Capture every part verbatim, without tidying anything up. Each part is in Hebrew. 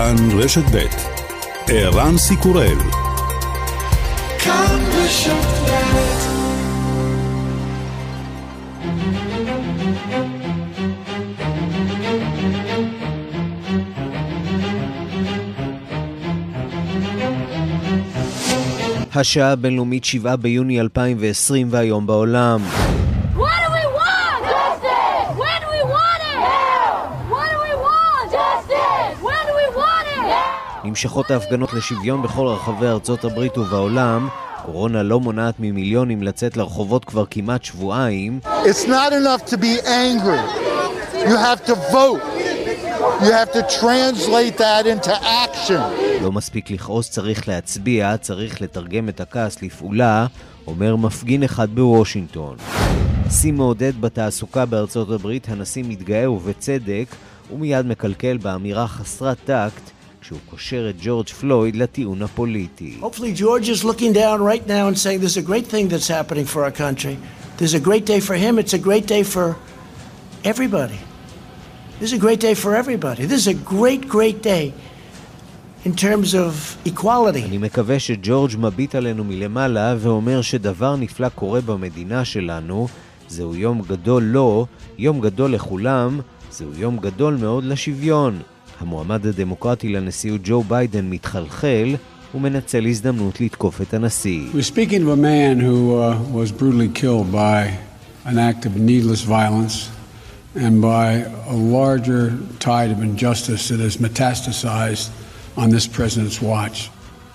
כאן רשת ב' ערן סיקורל. כאן רשת ב'. השעה הבינלאומית שבעה ביוני אלפיים ועשרים והיום בעולם. נמשכות ההפגנות לשוויון בכל רחבי ארצות הברית ובעולם. קורונה לא מונעת ממיליונים לצאת לרחובות כבר כמעט שבועיים. It's not enough to be angry. You have to vote. You have to translate that into action. לא מספיק לכעוס, צריך להצביע, צריך לתרגם את הכעס לפעולה, אומר מפגין אחד בוושינגטון. שיא מעודד בתעסוקה בארצות הברית, הנשיא מתגאה ובצדק, ומיד מקלקל באמירה חסרת טקט, כשהוא קושר את ג'ורג' פלויד לטיעון הפוליטי. Hopefully George is looking down right now and saying there's a great thing that's happening for our country. There's a great day for him. It's a great day for everybody. This is a great day for everybody. This is a great, great day in terms of equality. אני מקווה שג'ורג' מביט עלינו מלמעלה ואומר שדבר נפלא קורה במדינה שלנו. זהו יום גדול לו, יום גדול לכולם, זהו יום גדול מאוד לשוויון. המועמד הדמוקרטי לנשיאות ג'ו ביידן מתחלחל ומנצל הזדמנות לתקוף את הנשיא. We're speaking of a man who uh, was brutally killed by an act of needless violence and by a larger tide of injustice that has metastasized on this president's watch.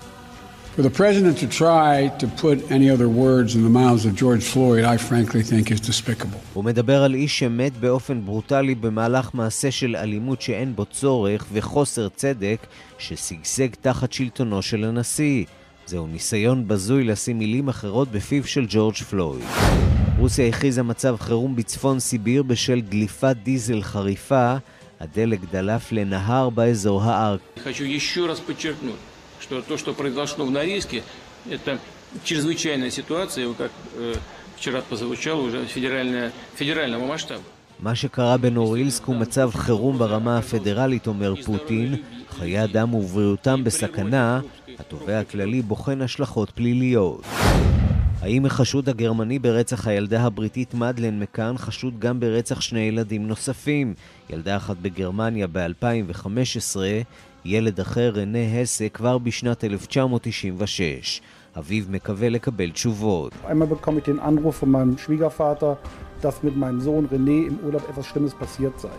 For the president to try to put any other words in the mouths of George Floyd, I frankly think is despicable. הוא מדבר על איש שמת באופן ברוטלי במהלך מעשה של אלימות שאין בו צורך וחוסר צדק שסגסג תחת שלטונו של הנשיא. זהו ניסיון בזוי לשים מילים אחרות בפיו של ג'ורג' פלויד. רוסיה הכריזה מצב חירום בצפון סיביר בשל דליפת דיזל חריפה. הדלק דלף לנהר באזור הארק. Хочу еще раз подчеркнуть, что то, что произошло в Норильске, это чрезвычайная ситуация, как э, вчера прозвучало уже федеральная, федерального масштаба. מה שקרה בנורילסק הוא מצב חירום ברמה הפדרלית, אומר פוטין. חיי אדם ובריאותם בסכנה. התובע הכללי בוחן השלכות פליליות. האם החשוד הגרמני ברצח הילדה הבריטית מדלן מקאן חשוד גם ברצח שני ילדים נוספים? ילדה אחת בגרמניה ב-אלפיים וחמש עשרה, ילד אחר רנה הסה כבר בשנת אלף תשע מאות תשעים ושש. אביו מקווה לקבל תשובות. Einmal bekomme ich den Anruf von meinem Schwiegervater, dass mit meinem Sohn René im Urlaub etwas Schlimmes passiert sei.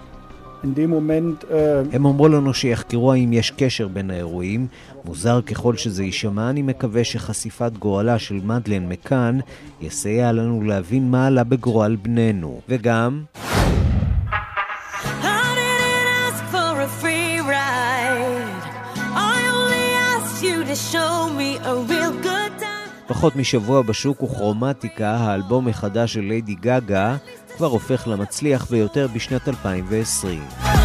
In dem Moment, äh... הם אמרו לנו שיחקרו האם יש קשר בין האירועים. מוזר ככל שזה יישמע, אני מקווה שחשיפת גורלה של מדלן מקאן יסייע לנו להבין מה עלה בגורל בננו. וגם... פחות משבוע בשוק וכרומטיקה, האלבום החדש של ליידי גגה כבר הופך למצליח ביותר בשנת אלפיים ועשרים.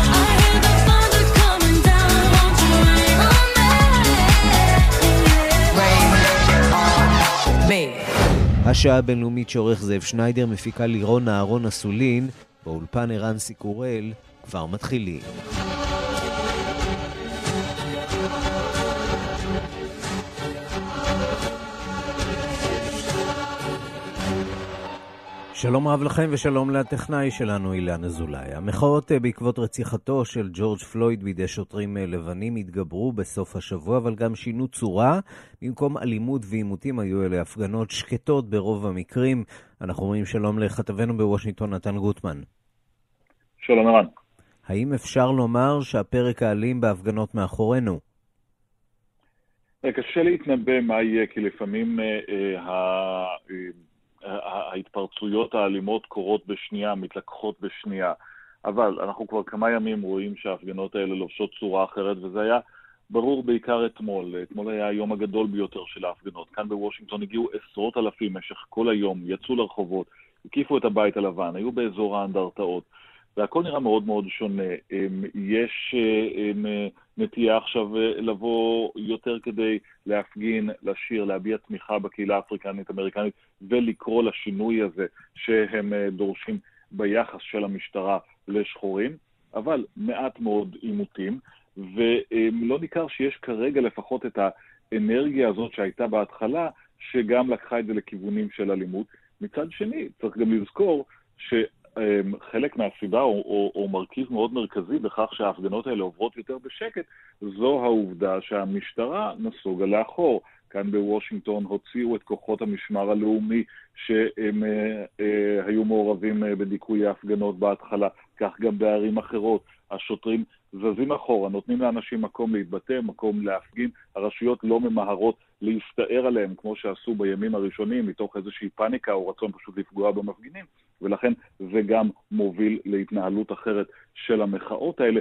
השעה הבינלאומית שעורך זאב שניידר, מפיקה לירון אהרון אסולין, באולפן ערן סיקורל, כבר מתחילים. שלום רב לכם ושלום לטכנאי שלנו אילן אזולאי. המחאות בעקבות רציחתו של ג'ורג' פלויד בידי שוטרים לבנים התגברו בסוף השבוע, אבל גם שינו צורה. במקום אלימות ועימותים היו אלה הפגנות שקטות ברוב המקרים. אנחנו אומרים שלום לכתבנו בוושינגטון נתן גוטמן. שלום ערן. האם אפשר לומר שהפרק האלים בהפגנות מאחורינו? קשה להתנבא מה יהיה, כי לפעמים אה, ה... ההתפרצויות האלימות קורות בשנייה, מתלקחות בשנייה. אבל אנחנו כבר כמה ימים רואים שההפגנות האלה לובשות צורה אחרת, וזה היה ברור בעיקר אתמול. אתמול היה היום הגדול ביותר של ההפגנות. כאן בוושינגטון הגיעו עשרות אלפים משך כל היום, יצאו לרחובות, הקיפו את הבית הלבן, היו באזור האנדרטאות, והכל נראה מאוד מאוד שונה. יש נטייה עכשיו לבוא יותר כדי להפגין, לשיר, להביע תמיכה בקהילה האפריקנית-אמריקנית ולקרוא לשינוי הזה שהם דורשים ביחס של המשטרה לשחורים, אבל מעט מאוד עימותים. ולא ניכר שיש כרגע לפחות את האנרגיה הזאת שהייתה בהתחלה, שגם לקחה את זה לכיוונים של אלימות. מצד שני, צריך גם לזכור שחלק מהסיבה או, או, או מרכיב מאוד מרכזי בכך שההפגנות האלה עוברות יותר בשקט, זו העובדה שהמשטרה נסוגה לאחור. כאן בוושינגטון הוציאו את כוחות המשמר הלאומי שהם אה, אה, היו מעורבים אה, בדיכוי ההפגנות בהתחלה, כך גם בערים אחרות. השוטרים זזים אחורה, נותנים לאנשים מקום להתבטא, מקום להפגין, הרשויות לא ממהרות להסתער עליהם כמו שעשו בימים הראשונים מתוך איזושהי פאניקה או רצון פשוט לפגוע במפגינים, ולכן זה גם מוביל להתנהלות אחרת של המחאות האלה,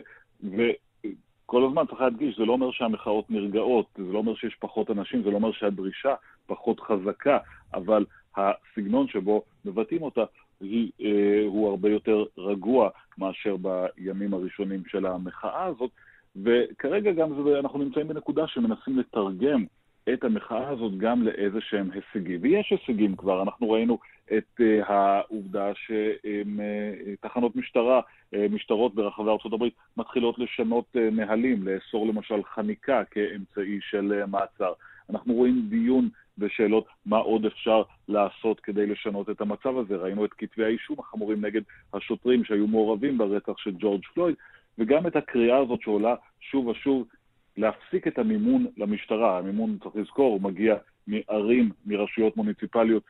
וכל הזמן צריך להדגיש, זה לא אומר שהמחאות נרגעות, זה לא אומר שיש פחות אנשים, זה לא אומר שהדרישה פחות חזקה, אבל הסגנון שבו מבטאים אותה היא, אה, הוא הרבה יותר רגוע מאשר בימים הראשונים של המחאה הזאת, וכרגע גם זה, אנחנו נמצאים בנקודה שמנסים לתרגם את המחאה הזאת גם לאיזה שהם הישגים. ויש הישגים כבר, אנחנו ראינו את uh, העובדה שתחנות uh, משטרה, uh, משטרות ברחבי ארצות הברית, מתחילות לשנות uh, נהלים, לאסור למשל חניקה כאמצעי של uh, מעצר. אנחנו רואים דיון בשאלות מה עוד אפשר לעשות כדי לשנות את המצב הזה. ראינו את כתבי האישום החמורים נגד השוטרים שהיו מעורבים ברצח של ג'ורג' פלויד, וגם את הקריאה הזאת שעולה שוב ושוב להפסיק את המימון למשטרה. המימון, צריך לזכור, הוא מגיע מערים, מרשויות מוניציפליות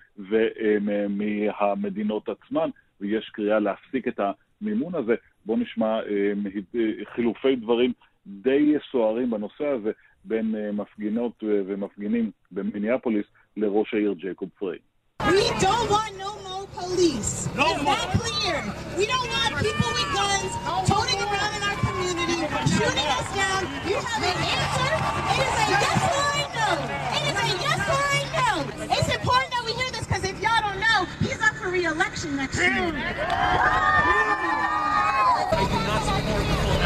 ומהמדינות עצמן, ויש קריאה להפסיק את המימון הזה. בואו נשמע חילופי דברים די סוערים בנושא הזה בין מפגינות ומפגינים במיניאפוליס לראש העיר ג'ייקוב פריי. We don't want no more police. No Is more. That clear? We don't want people with guns toting around in our community, shooting us down. You have an answer? It is a yes or a no. It is a yes or a no. It's important that we hear this because if y'all don't know, he's up for re-election next year. I do not support the full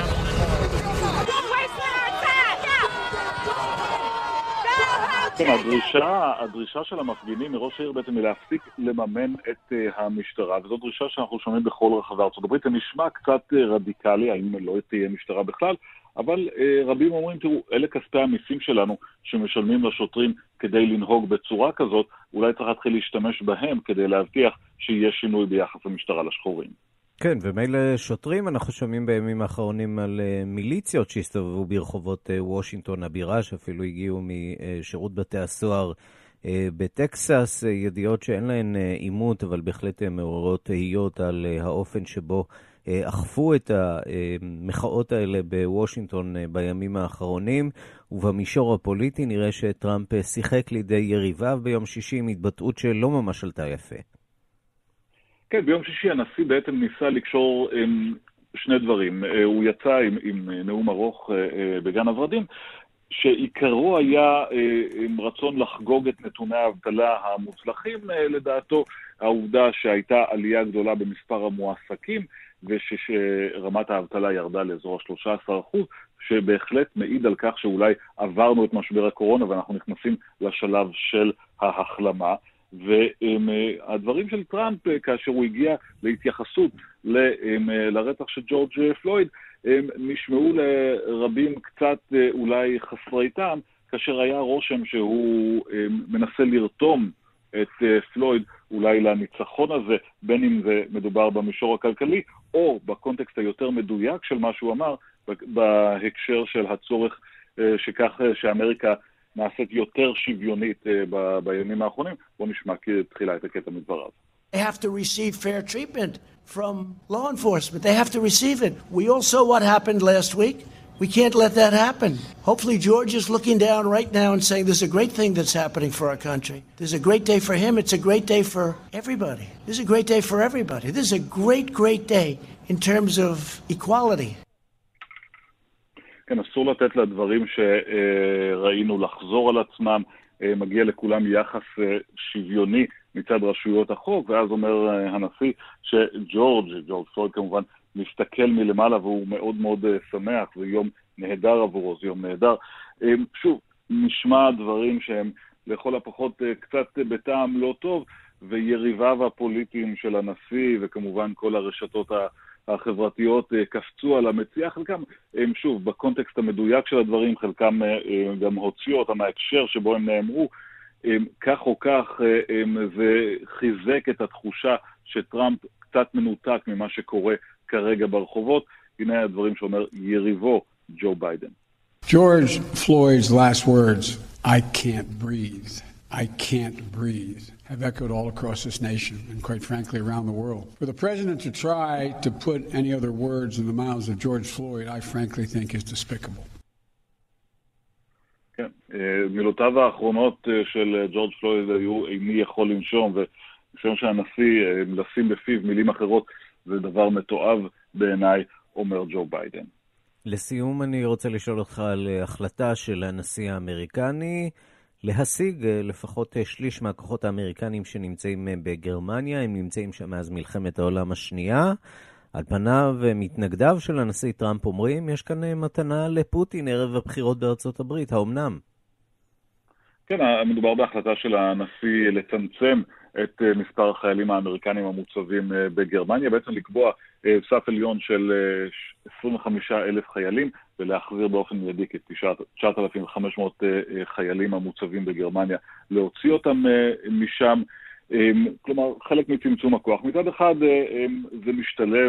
כן, הדרישה, הדרישה של המפגינים מראש העיר בעצם היא להפסיק לממן את uh, המשטרה, וזו דרישה שאנחנו שומעים בכל רחבי ארצות הברית. זה נשמע קצת uh, רדיקלי, האם לא תהיה משטרה בכלל, אבל uh, רבים אומרים, תראו, אלה כספי המיסים שלנו שמשלמים לשוטרים כדי לנהוג בצורה כזאת, אולי צריך להתחיל להשתמש בהם כדי להבטיח שיהיה שינוי ביחס המשטרה לשחורים. כן, ומילא שוטרים, אנחנו שומעים בימים האחרונים על מיליציות שהסתובבו ברחובות וושינגטון הבירה, שאפילו הגיעו משירות בתי הסוהר בטקסס, ידיעות שאין להן אימות, אבל בהחלט מעוררות תהיות על האופן שבו אכפו את המחאות האלה בוושינגטון בימים האחרונים, ובמישור הפוליטי נראה שטראמפ שיחק לידי יריביו ביום שישי עם התבטאות שלא ממש עלתה יפה. כן, ביום שישי הנשיא בעצם ניסה לקשור עם שני דברים. הוא יצא עם, עם נאום ארוך בגן הוורדים, שעיקרו היה עם רצון לחגוג את נתוני האבטלה המוצלחים, לדעתו העובדה שהייתה עלייה גדולה במספר המועסקים, ושרמת האבטלה ירדה לאזור ה-שלושה עשר אחוז, שבהחלט מעיד על כך שאולי עברנו את משבר הקורונה ואנחנו נכנסים לשלב של ההחלמה. והדברים של טראמפ, כאשר הוא הגיע להתייחסות לרצח של ג'ורג' פלויד, נשמעו לרבים קצת אולי חסרי טעם, כאשר היה רושם שהוא מנסה לרתום את פלויד אולי לניצחון הזה, בין אם זה מדובר במישור הכלכלי, או בקונטקסט היותר מדויק של מה שהוא אמר, בהקשר של הצורך שכך שאמריקה נעשית יותר שוויונית ב- בימים האחרונים. בוא נשמע תחילה את הקטע מדבריו. They have to receive fair treatment from law enforcement. They have to receive it. We all saw what happened last week. We can't let that happen. Hopefully George is looking down right now and saying there's a great thing that's happening for our country. There's a great day for him. It's a great day for everybody. This is a great day for everybody. This is a great, great day in terms of equality. כן, אסור לתת לדברים שראינו לחזור על עצמם, מגיע לכולם יחס שוויוני מצד רשויות החוק, ואז אומר הנשיא שג'ורג', ג'ורג' פלויד כמובן, מסתכל מלמעלה והוא מאוד מאוד שמח, זה יום נהדר עבורו, זה יום נהדר. שוב, נשמע דברים שהם לכל הפחות קצת בטעם לא טוב, ויריביו הפוליטיים של הנשיא, וכמובן כל הרשתות החברתיות קפצו על המציאה, חלקם, שוב, בקונטקסט המדויק של הדברים, חלקם גם הוציאו אותם מההקשר שבו הם נאמרו, כך או כך זה חיזק את התחושה שטראמפ קצת מנותק ממה שקורה כרגע ברחובות. הנה הדברים שאומר יריבו ג'ו ביידן. George Floyd's last words, I can't breathe, I can't breathe, have echoed all across this nation and quite frankly around the world. For the president to try to put any other words in the mouths of George Floyd, I frankly think is despicable. כן, מילותיו האחרונות של ג'ורג' פלויד היו איני יכול לנשום, וניסיון שהנשיא לשים בפיו מילים אחרות זה דבר מתועב בעיניי, אומר ג'ו ביידן. לסיום אני רוצה לשאול אותך על החלטה של הנשיא האמריקני להשיג לפחות שליש מהכוחות האמריקנים שנמצאים בגרמניה, הם נמצאים שם מאז מלחמת העולם השנייה. על פניו מתנגדיו של הנשיא טראמפ אומרים, יש כאן מתנה לפוטין ערב הבחירות בארצות הברית, האומנם? כן, מדובר בהחלטה של הנשיא לצמצם את מספר החיילים האמריקנים המוצבים בגרמניה, בעצם לקבוע סף עליון של עשרים וחמישה אלף חיילים, ולהחזיר באופן מיידי כ-תשעת אלפים וחמש מאות חיילים המוצבים בגרמניה, להוציא אותם משם, כלומר חלק מצמצום הכוח. מצד אחד זה משתלב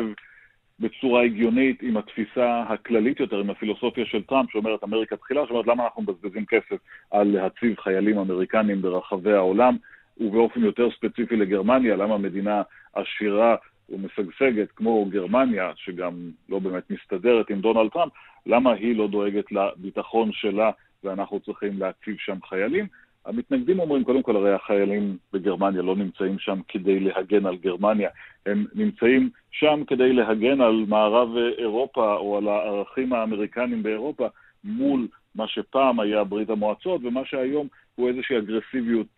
בצורה הגיונית עם התפיסה הכללית יותר, עם הפילוסופיה של טראמפ שאומרת אמריקה תחילה, שאומרת למה אנחנו מבזבזים כסף על להציב חיילים אמריקנים ברחבי העולם, ובאופן יותר ספציפי לגרמניה, למה מדינה עשירה ומשגשגת כמו גרמניה, שגם לא באמת מסתדרת עם דונלד טראמפ, למה היא לא דואגת לביטחון שלה ואנחנו צריכים להציב שם חיילים? המתנגדים אומרים, קודם כל, הרי החיילים בגרמניה לא נמצאים שם כדי להגן על גרמניה, הם נמצאים שם כדי להגן על מערב אירופה או על הערכים האמריקנים באירופה מול מה שפעם היה ברית המועצות, ומה שהיום הוא איזושהי אגרסיביות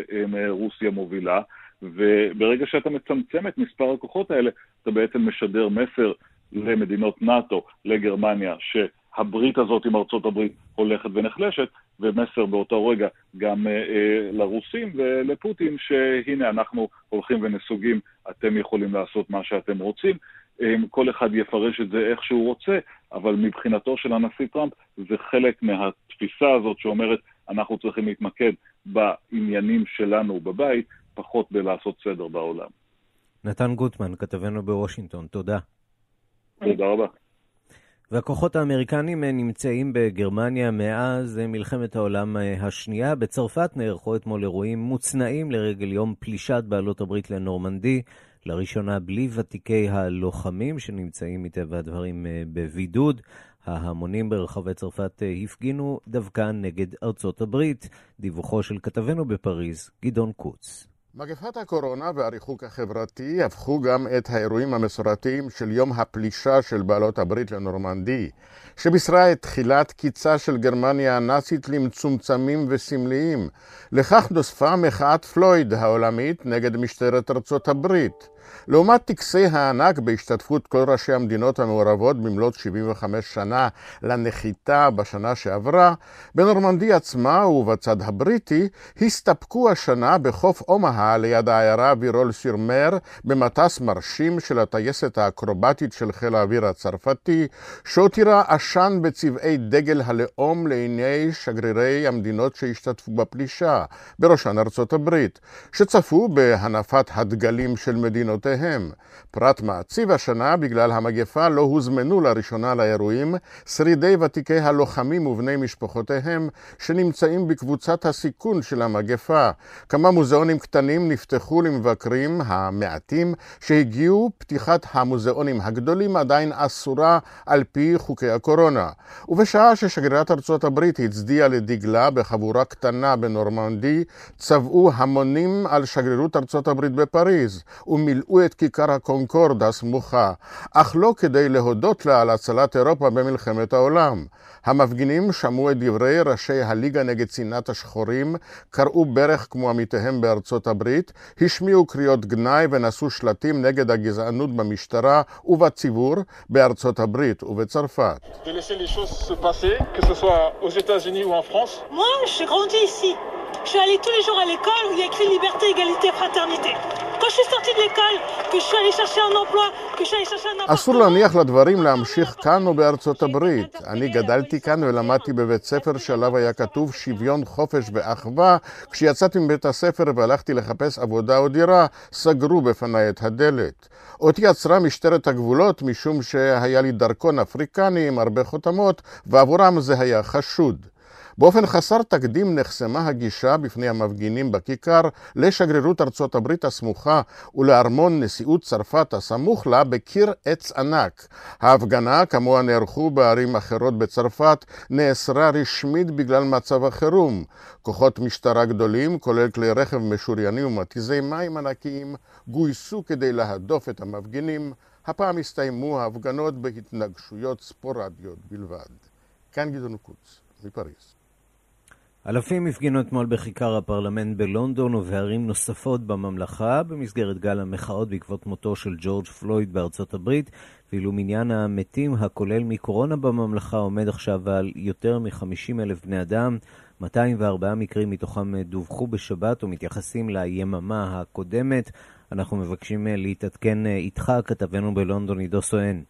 שרוסיה מובילה, וברגע שאתה מצמצם את מספר הכוחות האלה, אתה בעצם משדר מסר למדינות נאטו, לגרמניה, שהברית הזאת עם ארצות הברית הולכת ונחלשת, ומסר באותו רגע גם אה, לרוסים ולפוטין, שהנה אנחנו הולכים ונסוגים, אתם יכולים לעשות מה שאתם רוצים, אה, כל אחד יפרש את זה איך שהוא רוצה, אבל מבחינתו של הנשיא טראמפ זה חלק מהתפיסה הזאת שאומרת, אנחנו צריכים להתמקד בעניינים שלנו בבית, פחות בלעשות סדר בעולם. נתן גוטמן, כתבנו בוושינגטון, תודה. תודה רבה. והכוחות האמריקנים נמצאים בגרמניה מאז מלחמת העולם השנייה. בצרפת נערכו אתמול אירועים מוצנעים לרגל יום פלישת בעלות הברית לנורמנדי, לראשונה בלי ותיקי הלוחמים שנמצאים מטבע הדברים בבידוד. ההמונים ברחבי צרפת הפגינו דווקא נגד ארצות הברית. דיווחו של כתבנו בפריז, גדעון קוץ. מגפת הקורונה והריחוק החברתי הפכו גם את האירועים המסורתיים של יום הפלישה של בעלות הברית לנורמנדי, שבישרה את תחילת קיצה של גרמניה הנאצית למצומצמים וסמליים. לכך נוספה מחאת פלויד העולמית נגד משטרת ארצות הברית. לעומת טקסי הענק בהשתתפות כל ראשי המדינות המעורבות במלאת שבעים וחמש שנה לנחיתה בשנה שעברה, בנורמנדי עצמה ובצד הבריטי הסתפקו השנה בחוף אומהה ליד העיירה וירול סיר מר במטס מרשים של הטייסת האקרובטית של חיל האוויר הצרפתי, שהותירה עשן בצבעי דגל הלאום לעיני שגרירי המדינות שהשתתפו בפלישה, בראשן ארצות הברית, שצפו בהנפת הדגלים של מדינות הם. פרט מעציב השנה, בגלל המגפה לא הוזמנו לראשונה לאירועים שרידי ותיקי הלוחמים ובני משפחותיהם שנמצאים בקבוצת הסיכון של המגפה. כמה מוזיאונים קטנים נפתחו למבקרים המעטים שהגיעו, פתיחת המוזיאונים הגדולים עדיין אסורה על פי חוקי הקורונה. ובשעה ששגרירת ארצות הברית הצדיעה לדגלה בחבורה קטנה בנורמנדי, צבעו המונים על שגרירות ארצות הברית בפריז ומילאו את כיכר הקונקורד הסמוכה, אך לא כדי להודות לה על הצלת אירופה במלחמת העולם. המפגינים שמעו את דברי ראשי הליגה נגד שנאת השחורים, קראו ברך כמו עמיתיהם בארצות הברית, השמיעו קריאות גנאי ונשאו שלטים נגד הגזענות במשטרה ובציבור בארצות הברית ובצרפת. De laisser les choses se passer, que ce soit aux États-Unis ou en France. Moi, j'ai grandi ici. Je suis allée tous les jours à l'école où il y a écrit liberté, égalité, fraternité. quand je suis sortie de l'école, que je suis allée chercher un emploi, que je suis allée chercher un appartement. אסור להניח לדברים להמשיך כאן או בארצות הברית. אני גדלתי כאן ולמדתי בבית ספר שעליו היה כתוב שוויון, חופש ואחווה. כשיצאתי מבית הספר והלכתי לחפש עבודה או דירה, סגרו בפניי את הדלת. אותי עצרה משטרת הגבולות משום שהיה לי דרכון אפריקני עם הרבה חותמות, ועבורם זה היה חשוד. באופן חסר תקדים נחסמה הגישה בפני המפגינים בכיכר לשגרירות ארצות הברית הסמוכה ולארמון נשיאות צרפת הסמוך לה בקיר עץ ענק. ההפגנה, כמוה נערכו בערים אחרות בצרפת, נאסרה רשמית בגלל מצב החירום. כוחות משטרה גדולים, כולל כלי רכב משוריינים ומתיזי מים ענקיים, גויסו כדי להדוף את המפגינים. הפעם הסתיימו ההפגנות בהתנגשויות ספורדיות בלבד. כאן גדעון קוץ, מפריז. אלפים הפגינו אתמול בכיכר הפרלמנט בלונדון ובערים נוספות בממלכה במסגרת גל המחאות בעקבות מותו של ג'ורג' פלויד בארצות הברית, ואילו מניין המתים הכולל מקורונה בממלכה עומד עכשיו על יותר מ-חמישים אלף בני אדם. מאתיים וארבעה מקרים מתוכם דווחו בשבת ומתייחסים ליממה הקודמת. אנחנו מבקשים להתעדכן איתך, כתבנו בלונדון עידו סואן.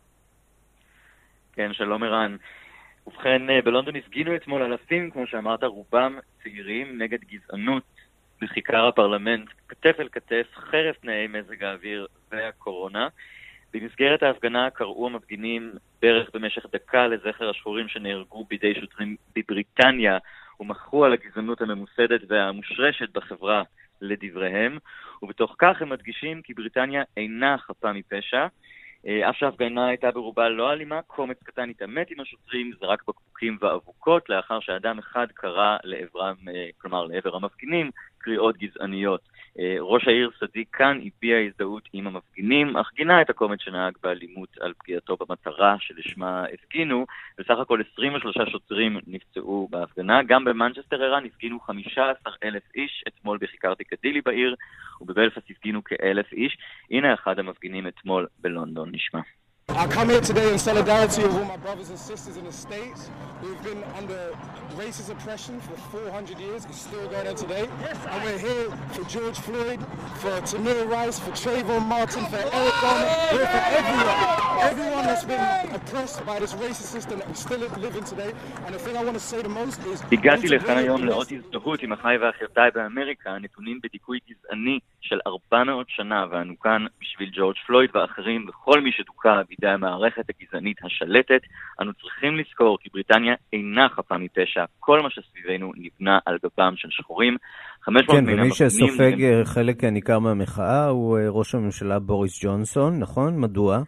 כן, שלום ערן. ובכן, בלונדון הפגינו אתמול אלפים, כמו שאמרת, רובם צעירים, נגד גזענות בכיכר הפרלמנט, כתף אל כתף, חרף תנאי מזג האוויר והקורונה. במסגרת ההפגנה קראו המפגינים בערך במשך דקה לזכר השחורים שנהרגו בידי שוטרים בבריטניה, ומחו על הגזענות הממוסדת והמושרשת בחברה לדבריהם, ובתוך כך הם מדגישים כי בריטניה אינה חפה מפשע. אף שההפגנה הייתה ברובה לא אלימה, קומץ קטן התעמת עם השוטרים, זרק בקבוקים ואבוקות, לאחר שאדם אחד קרא לעברם, כלומר לעבר המפגינים, קריאות גזעניות. ראש העיר סדיק כאן הביע הזדהות עם המפגינים, אך גינה את הקומץ שנהג באלימות על פגיעתו במטרה שלשמה הפגינו. בסך הכל עשרים ושלושה שוטרים נפצעו בהפגנה. גם במנצ'סטר ערן הפגינו חמישה עשר אלף איש אתמול בכיכר פיקדילי בעיר, ובבלפאסט הפגינו כאלף איש. הנה אחד המפגינים אתמול בלונדון, נשמע. I come here today in solidarity with all my brothers and sisters in the States who've been under racist oppression for four hundred years. It's still going on today. And we're here for George Floyd, for Tamir Rice, for Trayvon Martin, for Eric Garner. We're for everyone. Everyone that's been oppressed by this racist system that we still live in today. And the thing I want to say the most is... הגעתי לכאן היום לאות הזדהות עם אחיי ואחיותיי באמריקה, נתונים בדיכוי גזעני של ארבע מאות שנה, ואנו כאן בשביל ג'ורג' פלויד ואחרים וכל מי שדוכא בידי המערכת הגזענית השלטת. אנו צריכים לזכור כי בריטניה אינה חפה מפשע. כל מה שסביבנו נבנה על גבם של שחורים. כן, ומי שסופג חלק ניכר מהמחאה הוא ראש הממשלה בוריס ג'ונסון, נכון? מדוע?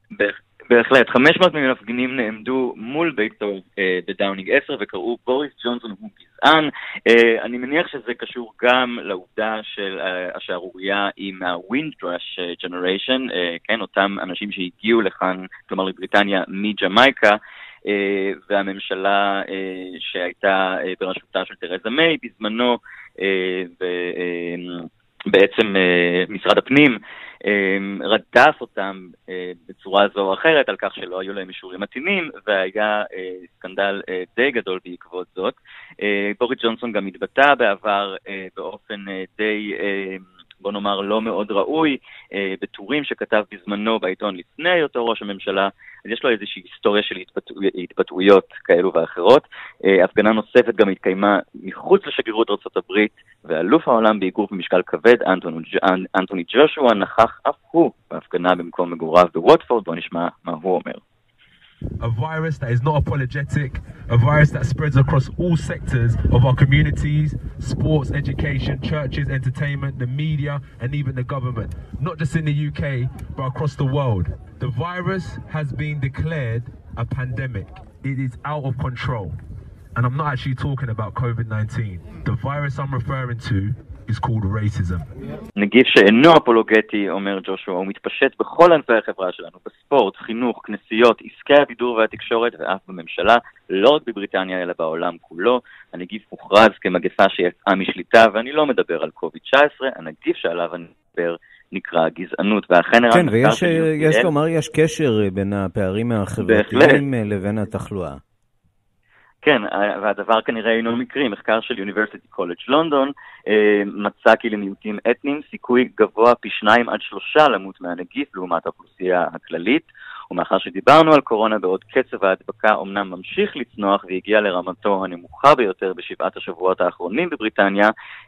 בהחלט. חמש מאות מפגינים נעמדו מול ביתו בדאונינג עשר וקראו בוריס ג'ונסון הוא גזען. אני מניח שזה קשור גם לעובדה של השערוריה עם ה-Windrush Generation, כן, אותם אנשים שהגיעו לכאן, כלומר לבריטניה מג'מייקה, והממשלה שהייתה בראשותה של תרזה מיי בזמנו, בעצם משרד הפנים רדף אותם בצורה זו או אחרת על כך שלא היו להם אישורים מתאימים, והיה סקנדל די גדול בעקבות זאת. בוריס ג'ונסון גם התבטא בעבר באופן די, בוא נאמר, לא מאוד ראוי, בטורים שכתב בזמנו בעיתון לפני אותו ראש הממשלה. אז יש לו איזושהי היסטוריה של התבטא, התבטאויות כאלו ואחרות. הפגנה נוספת גם התקיימה מחוץ לשגרירות ארצות הברית, ואלוף העולם באגרוף במשקל כבד, אנטוני, אנטוני ג'ושוע, נכח אף הוא בהפגנה במקום מגוריו בווטפורד. בוא נשמע מה הוא אומר. A virus that is not apologetic, a virus that spreads across all sectors of our communities, sports, education, churches, entertainment, the media, and even the government. Not just in the U K, but across the world. The virus has been declared a pandemic. It is out of control. And I'm not actually talking about covid nineteen. The virus I'm referring to is called racism. נגיף שאינו אפולוגטי, אומר ג'ושוע, הוא מתפשט בכל ענפי החברה שלנו, בספורט, חינוך, כנסיות, עסקי הבידור והתקשורת ואף בממשלה, לא רק בבריטניה אלא בעולם כולו. הנגיף מוכרז כמגפה שיצאה משליטה, ואני לא מדבר על קוביד תשע עשרה, הנגיף שעליו אני מדבר נקרא גזענות, ואכן... כן, ויש יש לומר, יש קשר בין הפערים החברתיים לבין התחלואה. כן, והדבר כנראה אינו מקרי. מחקר של University College London מצא כי למיעוטים אתניים סיכוי גבוה פי שניים עד שלושה למות מהנגיף לעומת האוכלוסייה הכללית, ומאחר שדיברנו על קורונה בעוד קצב ההדבקה אומנם ממשיך לצנוח והגיע לרמתו הנמוכה ביותר בשבעת השבועות האחרונים בבריטניה,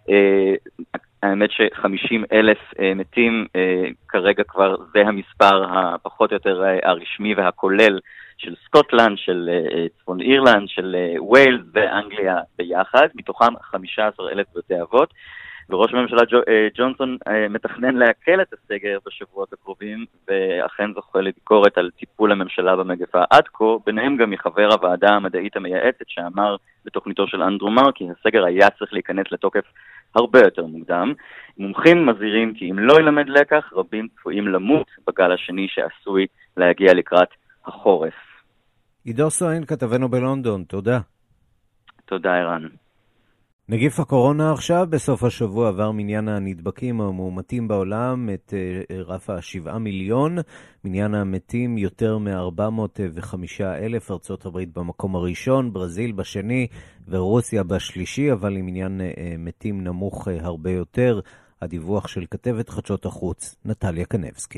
האמת ש-חמישים אלף מתים כרגע כבר זה המספר הפחות או יותר הרשמי והכולל של סקוטלנד, של צפון אירלנד, של ווילס ואנגליה ביחד, מתוכם חמישה עשר אלף בתי אבות, וראש הממשלה ג'ונסון מתכנן להקל את הסגר בשבועות הקרובים, ואכן זוכה לביקורת על טיפול הממשלה במגפה עד כה, ביניהם גם מחבר הוועדה המדעית המייעצת שאמר בתוכניתו של אנדרו מר כי הסגר היה צריך להיכנס לתוקף הרבה יותר מוקדם. מומחים מזהירים כי אם לא ילמד לקח, רבים צפויים למות בגל השני שעשוי להגיע לקראת החורף. עידו סואן, כתבנו בלונדון, תודה. תודה, ערן. נגיף הקורונה עכשיו, בסוף השבוע עבר מניין הנדבקים המאומתים בעולם את רף השבעה מיליון, מניין המתים יותר מ-ארבע מאות וחמישה אלף, ארצות הברית במקום הראשון, ברזיל בשני ורוסיה בשלישי, אבל עם מניין מתים נמוך הרבה יותר. הדיווח של כתבת חדשות החוץ, נטליה קנבסקי.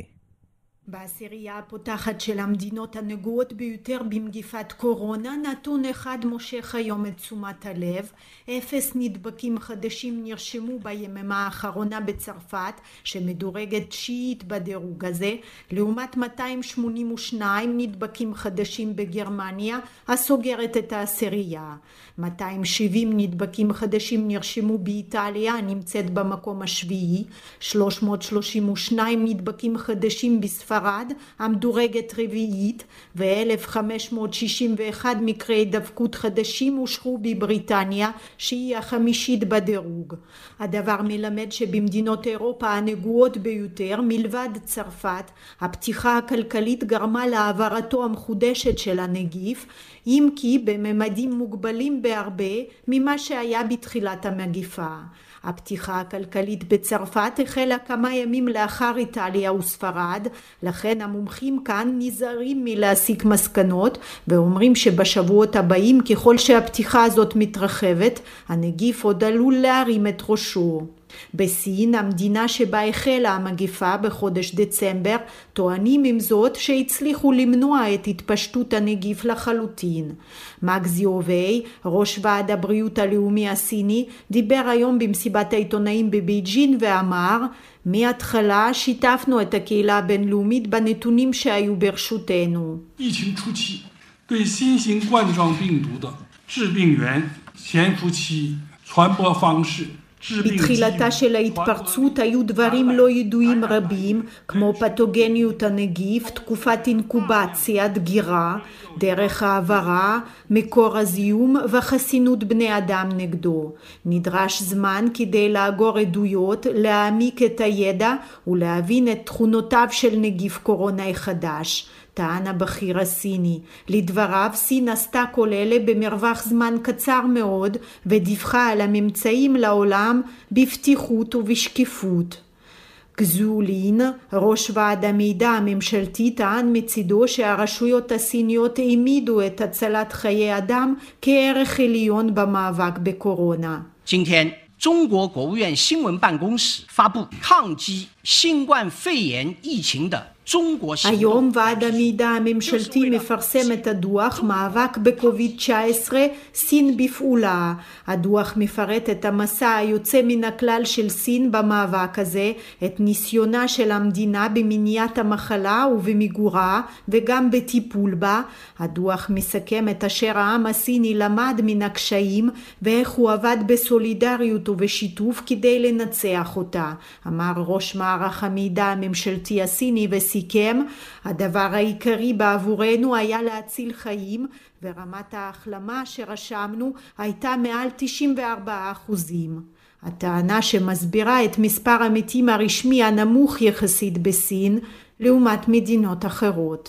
בעשירייה הפותחת של המדינות הנגועות ביותר במגיפת קורונה, נתון אחד מושך היום את תשומת הלב. אפס נדבקים חדשים נרשמו ביממה האחרונה בצרפת, שמדורגת תשיעית בדירוג הזה, לעומת מאתיים שמונים ושניים נדבקים חדשים בגרמניה, הסוגרת את העשירייה. מאתיים שבעים נדבקים חדשים נרשמו באיטליה, הנמצאת במקום השביעי, שלוש מאות שלושים ושניים נדבקים חדשים בספרד, המדורגת רביעית, ו-אלף חמש מאות שישים ואחד מקרי דבקות חדשים אושרו בבריטניה, שהיא החמישית בדירוג. הדבר מלמד שבמדינות אירופה הנגועות ביותר, מלבד צרפת, הפתיחה הכלכלית גרמה להעברתו המחודשת של הנגיף, אם כי בממדים מוגבלים בהרבה ממה שהיה בתחילת המגיפה. הפתיחה הכלכלית בצרפת החלה כמה ימים לאחר איטליה וספרד, לכן המומחים כאן נזהרים מלהסיק מסקנות, ואומרים שבשבועות הבאים ככל שהפתיחה הזאת מתרחבת, הנגיף עוד עלול להרים את ראשו. בסין, המדינה שבה החלה המגיפה בחודש דצמבר, טוענים עם זאת שהצליחו למנוע את התפשטות הנגיף לחלוטין. מקס יובי, ראש ועד הבריאות הלאומי הסיני, דיבר היום במסיבת העיתונאים בבייג'ין ואמר, מההתחלה שיתפנו את הקהילה הבינלאומית בנתונים שהיו ברשותנו. 疫情初期对新型冠状病毒的致病源、潜伏期、传播方式 בתחילתה של ההתפרצות היו דברים לא ידועים רבים, כמו פתוגניות הנגיף, תקופת אינקובציה, דגירה, דרך העברה, מקור הזיהום וחסינות בני אדם נגדו. נדרש זמן כדי לאגור עדויות, להעמיק את הידע ולהבין את תכונותיו של נגיף קורונה החדש. טען הבכיר הסיני. לדבריו, סין עשתה כל אלה במרווח זמן קצר מאוד, ודיווחה על הממצאים לעולם בפתיחות ובשקיפות. גזולין, ראש ועד המידע הממשלתי, טען מצידו שהרשויות הסיניות העמידו את הצלת חיי אדם כערך עליון במאבק בקורונה. 今天中国国务院新闻办公室发布抗击新冠肺炎疫情的 היום ועד המידע הממשלתי מפרסם את הדוח מאבק בקוביד תשע עשרה, סין בפעולה. הדוח מפרט את המסע היוצא מן הכלל של סין במאבק הזה, את ניסיונה של המדינה במניעת המחלה ובמיגורה וגם בטיפול בה. הדוח מסכם את אשר העם הסיני למד מן הקשיים ואיך הוא עבד בסולידריות ובשיתוף כדי לנצח אותה, אמר ראש מערך המידע הממשלתי הסיני וסיני. סיכם, הדבר העיקרי בעבורנו היה להציל חיים, ורמת ההחלמה שרשמנו הייתה מעל תשעים וארבעה אחוזים. הטענה שמסבירה את מספר המתים הרשמי הנמוך יחסית בסין, לעומת מדינות אחרות.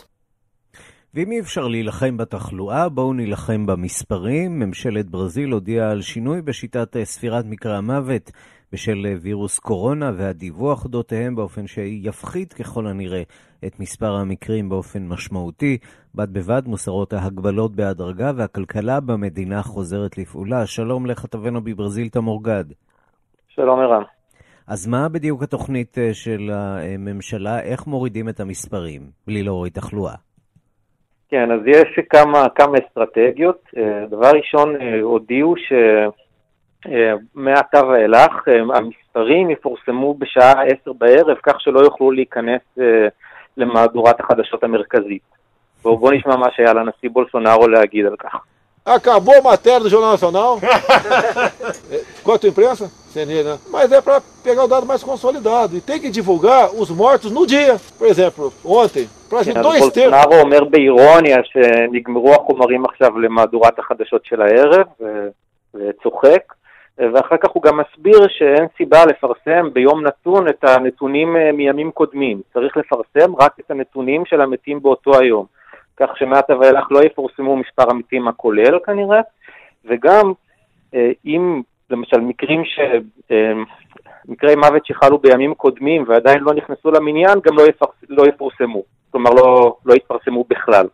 ואם אי אפשר להילחם בתחלואה, בואו נילחם במספרים. ממשלת ברזיל הודיעה על שינוי בשיטת ספירת מקרי המוות בשל וירוס קורונה והדיווח אודותיהם באופן שיפחית ככל הנראה את מספר המקרים באופן משמעותי. בד בבד מוסרות ההגבלות בהדרגה והכלכלה במדינה חוזרת לפעולה. שלום לכתבנו בברזיל תמור גד. שלום ערן. אז מה בדיוק התוכנית של הממשלה? איך מורידים את המספרים בלי להוריד תחלואה? כן, אז יש כמה, כמה אסטרטגיות. דבר ראשון, הודיעו שמעתה ואילך המספרים יפורסמו בשעה עשר בערב, כך שלא יוכלו להיכנס למהדורת החדשות המרכזית. בואו בוא נשמע מה שהיה לנשיא בולסונארו להגיד על כך. Acabou a matéria do Jornal Nacional. Quanto a imprensa? Né? Mas é para pegar o dado mais consolidado. E tem que divulgar os mortos no dia. Por exemplo, ontem, para a gente dois terços. בולסונארו אומר באירוניה שנגמרו החומרים עכשיו למהדורת החדשות של הערב, וצוחק. ואחר כך הוא גם מסביר שאין סיבה לפרסם ביום נתון את הנתונים מימים קודמים. צריך לפרסם רק את הנתונים של המתים באותו היום. כך שמעתה ואילך לא יפורסמו מספר המתים הכולל כנראה, וגם אם למשל מקרים ש... מקרי מוות שחלו בימים קודמים ועדיין לא נכנסו למניין, גם לא, יפרס... לא יפורסמו, כלומר לא, לא יתפרסמו בכלל.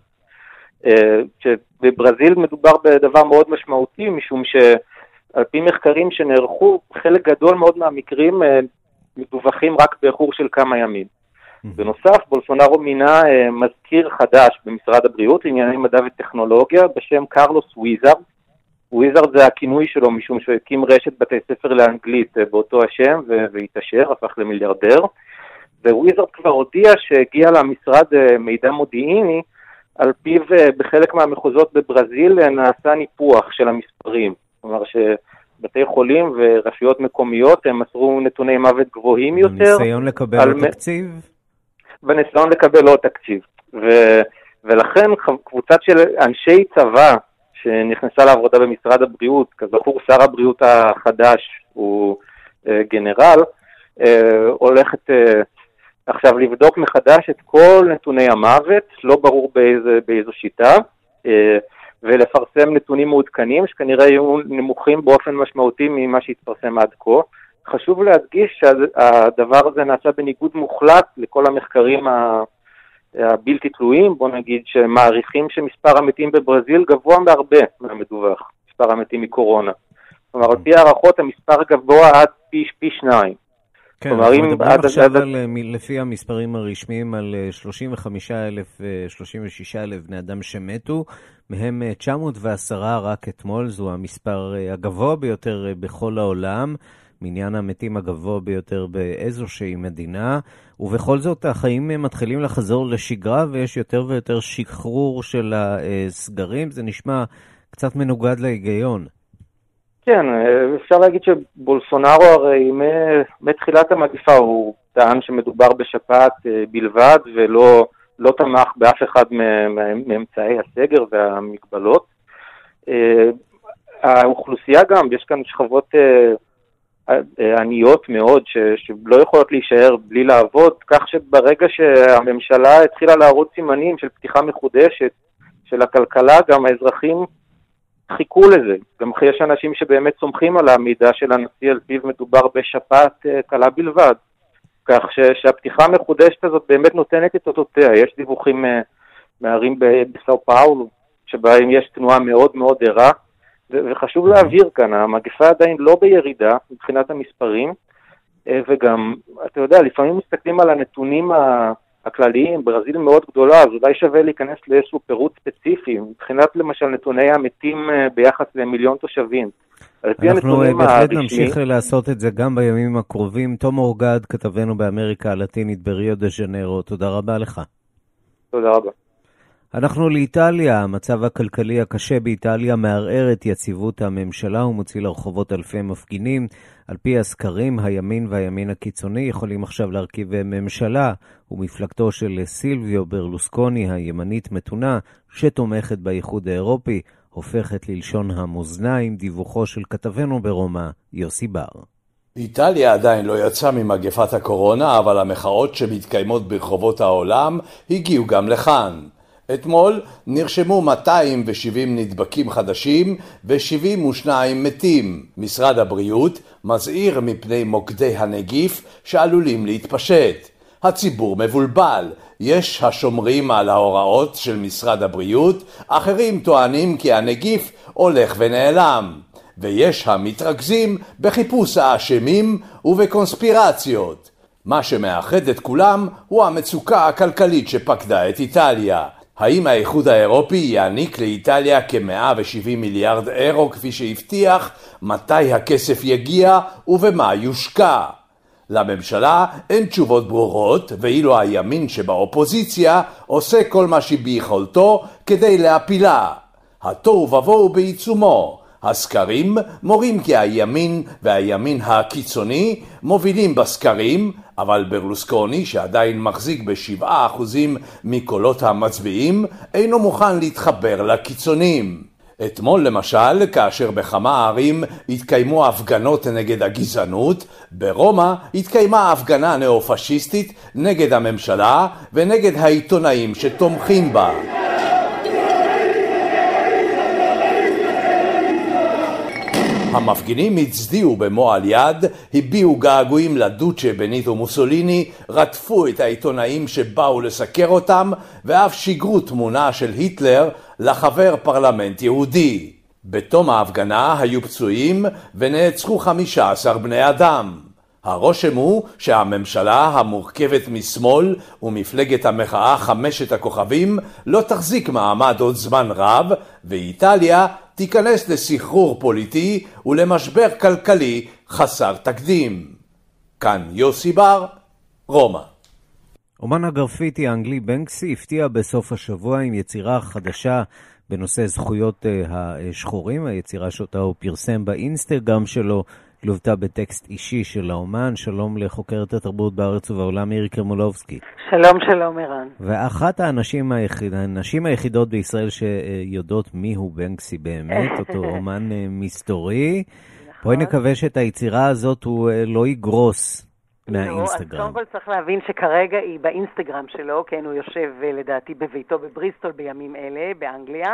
בברזיל מדובר בדבר מאוד משמעותי, משום שעל פי מחקרים שנערכו, חלק גדול מאוד מהמקרים מדווחים רק באיחור של כמה ימים. בנוסף, בולסונארו מינה uh, מזכיר חדש במשרד הבריאות לענייני מדע וטכנולוגיה בשם קרלוס וויזארד. וויזארד זה הכינוי שלו משום שהוא הקים רשת בתי ספר לאנגלית uh, באותו השם והתעשר, הפך למיליארדר. וויזארד כבר הודיע שהגיע למשרד uh, מידע מודיעיני, על פיו uh, בחלק מהמחוזות בברזיל uh, נעשה ניפוח של המספרים. כלומר שבתי חולים ורשויות מקומיות הם מסרו נתוני מוות גבוהים יותר. ניסיון לקבל על... תקציב? בניסיון לקבל עוד תקציב. ו, ולכן קבוצת של אנשי צבא שנכנסה לעבודה במשרד הבריאות, כזכור שר הבריאות החדש הוא אה, גנרל, אה, הולכת אה, עכשיו לבדוק מחדש את כל נתוני המוות, לא ברור באיזה, באיזו שיטה, אה, ולפרסם נתונים מעודכנים שכנראה יהיו נמוכים באופן משמעותי ממה שהתפרסם עד כה. חשוב להדגיש שהדבר הזה נעשה בניגוד מוחלט לכל המחקרים הבלתי תלויים, בוא נגיד שמעריכים שמספר המתים בברזיל גבוה בהרבה מהמדווח, מספר המתים מקורונה. כלומר, על פי הערכות המספר גבוה עד פי, פי שניים. כן, אנחנו מדברים עכשיו על, לפי המספרים הרשמיים על שלושים וחמישה אלף, שלושים ושישה אלף בני אדם שמתו, מהם תשע מאות ועשר רק אתמול, זו המספר הגבוה ביותר בכל העולם, מניין המתים הגבוה ביותר באיזושהי מדינה, ובכל זאת החיים מתחילים לחזור לשגרה ויש יותר ויותר שחרור של הסגרים, זה נשמע קצת מנוגד להיגיון. כן, אפשר להגיד שבולסונארו הרי מתחילת המגפה הוא טען שמדובר בשפעת בלבד ולא לא תמך באף אחד מאמצעי הסגר והמגבלות. האוכלוסייה גם, יש כאן שכבות עניות מאוד ש, שלא יכולות להישאר בלי לעבוד, כך שברגע שהממשלה התחילה להראות סימנים של פתיחה מחודשת של הכלכלה, גם האזרחים חיכו לזה. גם יש אנשים שבאמת סומכים על המידע של הנשיא על פיו מדובר בשפעת קלה בלבד. כך ש, שהפתיחה המחודשת הזאת באמת נותנת את אותותיה. יש דיווחים מערים בסאו פאולו, שבהם יש תנועה מאוד מאוד ערה, וחשוב להבהיר כאן, המגפה עדיין לא בירידה מבחינת המספרים, וגם, אתה יודע, לפעמים מסתכלים על הנתונים הכלליים, ברזיל מאוד גדולה, אז אולי שווה להיכנס לאיזשהו פירוט ספציפי, מבחינת למשל נתוני המתים ביחס למיליון תושבים. אנחנו בהחלט נמשיך לעשות את זה גם בימים הקרובים. תומור גד, כתבנו באמריקה הלטינית בריו דה ז'נרו, תודה רבה לך. תודה רבה. אנחנו לאיטליה, המצב הכלכלי הקשה באיטליה מערער את יציבות הממשלה ומוציא לרחובות אלפי מפגינים. על פי הסקרים, הימין והימין הקיצוני יכולים עכשיו להרכיב ממשלה, ומפלגתו של סילביו ברלוסקוני, הימנית מתונה, שתומכת באיחוד האירופי, הופכת ללשון המאזניים. דיווחו של כתבנו ברומא, יוסי בר. איטליה עדיין לא יצאה ממגפת הקורונה, אבל המחאות שמתקיימות ברחובות העולם הגיעו גם לכאן. אתמול נרשמו מאתיים ושבעים נדבקים חדשים ו-שבעים ושניים מתים. משרד הבריאות מזהיר מפני מוקדי הנגיף שעלולים להתפשט. הציבור מבולבל, יש השומרים על ההוראות של משרד הבריאות, אחרים טוענים כי הנגיף הולך ונעלם, ויש המתרכזים בחיפוש האשמים ובקונספירציות. מה שמאחד את כולם הוא המצוקה הכלכלית שפקדה את איטליה. האם האיחוד האירופי יעניק לאיטליה כ-מאה ושבעים מיליארד אירו כפי שהבטיח? מתי הכסף יגיע ובמה יושקע? לממשלה אין תשובות ברורות, ואילו הימין שבאופוזיציה עושה כל מה שביכולתו כדי להפילה. התוהו ובוהו בעיצומו. הסקרים מורים כי הימין והימין הקיצוני מובילים בסקרים, אבל ברלוסקוני שעדיין מחזיק בשבעה אחוזים מקולות המצביעים אינו מוכן להתחבר לקיצונים. אתמול למשל, כאשר בכמה ערים התקיימו הפגנות נגד הגזענות, ברומא התקיימה הפגנה נאו-פשיסטית נגד הממשלה ונגד העיתונאים שתומכים בה. המפגינים הצדיעו במועל יד, הביעו געגועים לדוצ'ה בניטו מוסוליני, רדפו את העיתונאים שבאו לסקר אותם, ואף שיגרו תמונה של היטלר לחבר פרלמנט יהודי. בתום ההפגנה היו פצועים ונעצרו חמישה עשר בני אדם. הרושם הוא שהממשלה המורכבת משמאל ומפלגת המחאה חמשת הכוכבים לא תחזיק מעמד עוד זמן רב, ואיטליה תיכנס לסחרור פוליטי ולמשבר כלכלי חסר תקדים. כאן יוסי בר, רומא. אומן הגרפיטי האנגלי בנקסי הפתיע בסוף השבוע עם יצירה חדשה בנושא זכויות השחורים. היצירה שאותה הוא פרסם באינסטגרם שלו לוותה בטקסט אישי של האומן. שלום לחוקרת התרבות בארץ ובעולם מירי קרמולובסקי. שלום שלום ערן. ואחת האנשים, היחיד, האנשים היחידות בישראל שיודעות מיהו בנקסי באמת, אותו אומן מסתורי. בואי נקווה שאת היצירה הזאת הוא לא יגרוס מהאינסטגרם. אז קודם כל צריך להבין שכרגע היא באינסטגרם שלו, כן, הוא יושב לדעתי בביתו בבריסטול בימים אלה, באנגליה.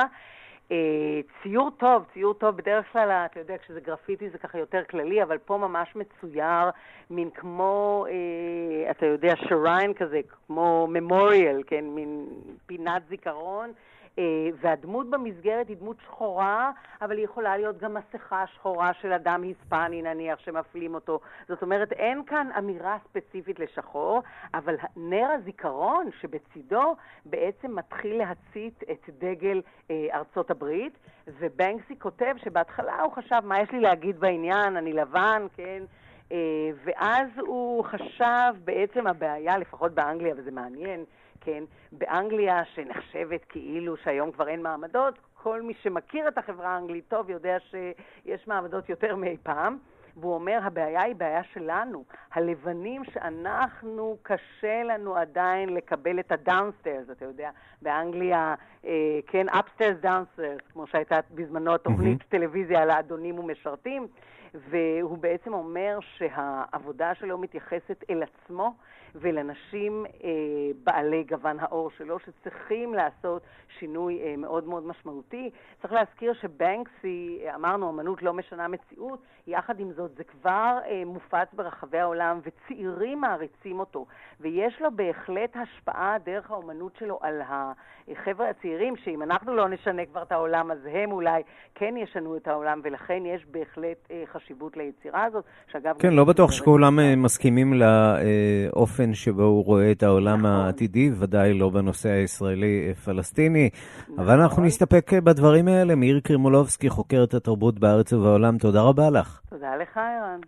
ציור טוב, ציור טוב, בדרך כלל, אתה יודע, כשזה גרפיטי זה ככה יותר כללי, אבל פה ממש מצויר, מין כמו, אתה יודע, שריין כזה, כמו ממוריאל, כן, מין פינת זיכרון, והדמות במסגרת היא דמות שחורה, אבל היא יכולה להיות גם מסכה שחורה של אדם היספני נניח שמפלים אותו. זאת אומרת, אין כאן אמירה ספציפית לשחור, אבל נר הזיכרון שבצידו בעצם מתחיל להצית את דגל אה, ארצות הברית, ובנקסי כותב שבהתחלה הוא חשב, מה יש לי להגיד בעניין, אני לבן, כן? אה, ואז הוא חשב בעצם הבעיה, לפחות באנגליה, וזה מעניין, כן, באנגליה שנחשבת כאילו שהיום כבר אין מעמדות, כל מי שמכיר את החברה האנגלית טוב יודע שיש מעמדות יותר מאי פעם, והוא אומר, הבעיה היא בעיה שלנו, הלבנים שאנחנו, קשה לנו עדיין לקבל את הדאונסטיירס, אתה יודע, באנגליה, אה, כן, אפסטיירס, דאונסטיירס, כמו שהייתה בזמנו תוכנית mm-hmm. טלוויזיה על האדונים ומשרתים, והוא בעצם אומר שהעבודה שלו מתייחסת אל עצמו ולנשים אה, בעלי גוון האור שלו שצריכים לעשות שינוי אה, מאוד מאוד משמעותי. צריך להזכיר שבנקסי, אמרנו, אמנות לא משנה מציאות, יחד עם זאת זה כבר אה, מופץ ברחבי העולם וצעירים מעריצים אותו, ויש לו בהחלט השפעה דרך האמנות שלו על החבר'ה הצעירים, שאם אנחנו לא נשנה כבר את העולם אז הם אולי כן ישנו את העולם, ולכן יש בהחלט אה, חשיבות ליצירה הזאת. שאגב, כן, לא בטוח שכולם אה, מסכימים לאופן שבו הוא רואה את העולם נכון. העתידי, ודאי לא בנושא הישראלי-פלסטיני, נכון. אבל אנחנו נסתפק בדברים האלה. מירי קרמולובסקי, חוקרת התרבות בארץ ובעולם, תודה רבה לך. תודה לך, ערן.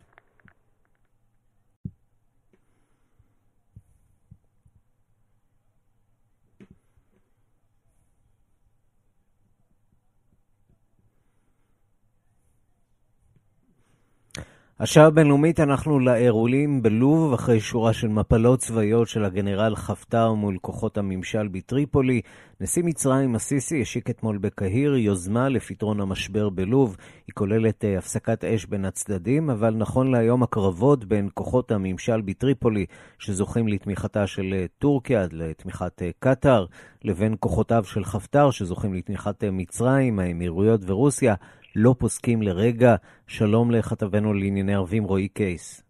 השעה הבינלאומית אנחנו לאירועים בלוב אחרי שורה של מפלות צבאיות של הגנרל חפטר מול כוחות הממשל בטריפולי. נשיא מצרים הסיסי השיק אתמול בקהיר יוזמה לפתרון המשבר בלוב. היא כוללת הפסקת אש בין הצדדים, אבל נכון להיום הקרבות בין כוחות הממשל בטריפולי שזוכים לתמיכתה של טורקיה, לתמיכת קטר, לבין כוחותיו של חפטר שזוכים לתמיכת מצרים, האמירויות ורוסיה, לא פוסקים לרגע. שלום לכתבנו לענייני ערבים רועי קייס.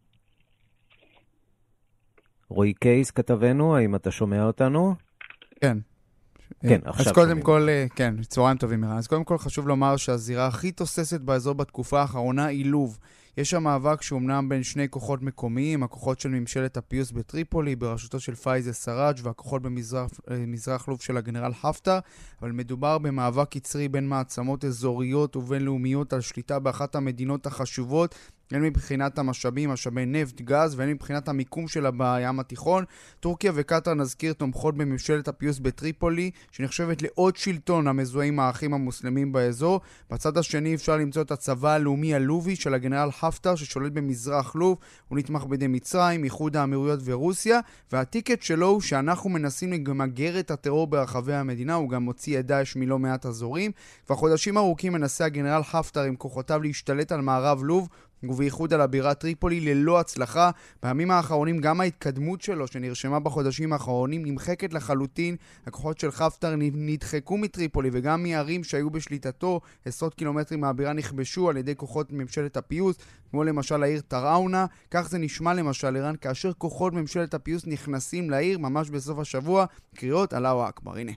רועי קייס כתבנו, האם אתה שומע אותנו? כן. כן, עכשיו אז קודם כל, כן, צהריים טובים מירן. אז קודם כל חשוב לומר שהזירה הכי תוססת באזור בתקופה האחרונה היא לוב. יש שם מאבק שאומנם בין שני כוחות מקומיים, הכוחות של ממשלת הפיוס בטריפולי, בראשותו של פייזה סראג' והכוחות במזרח מזרח לוב של הגנרל חפטר, אבל מדובר במאבק קצרי בין מעצמות אזוריות ובינלאומיות על שליטה באחת המדינות החשובות, הן מבחינת המשאבים, משאבי נפט, גז, והן מבחינת המיקום שלה בים התיכון. טורקיה וקטר, נזכיר, תומכות בממשלת הפיוס בטריפולי, שנחשבת לעוד שלטון המזוהה עם האחים המוסלמים באזור. בצד השני אפשר למצוא את הצבא הלאומי הלובי של הגנרל חפטר, ששולט במזרח לוב, הוא נתמך בידי מצרים, איחוד האמירויות ורוסיה, והטיקט שלו הוא שאנחנו מנסים למגר את הטרור ברחבי המדינה, הוא גם מוציא את דאעש מלא מעט אזורים. בחודשים ארוכים מנסה הגנרל חפטר עם כוחותיו להשתלט על מערב לוב, ובייחוד על הבירה טריפולי ללא הצלחה. בימים האחרונים גם ההתקדמות שלו שנרשמה בחודשים האחרונים נמחקת לחלוטין. הכוחות של חפטר נדחקו מטריפולי וגם מערים שהיו בשליטתו עשרות קילומטרים מהבירה נכבשו על ידי כוחות ממשלת הפיוס, כמו למשל העיר טראונה. כך זה נשמע למשל איראן כאשר כוחות ממשלת הפיוס נכנסים לעיר ממש בסוף השבוע. קריאות אללהו אכבר. הנה.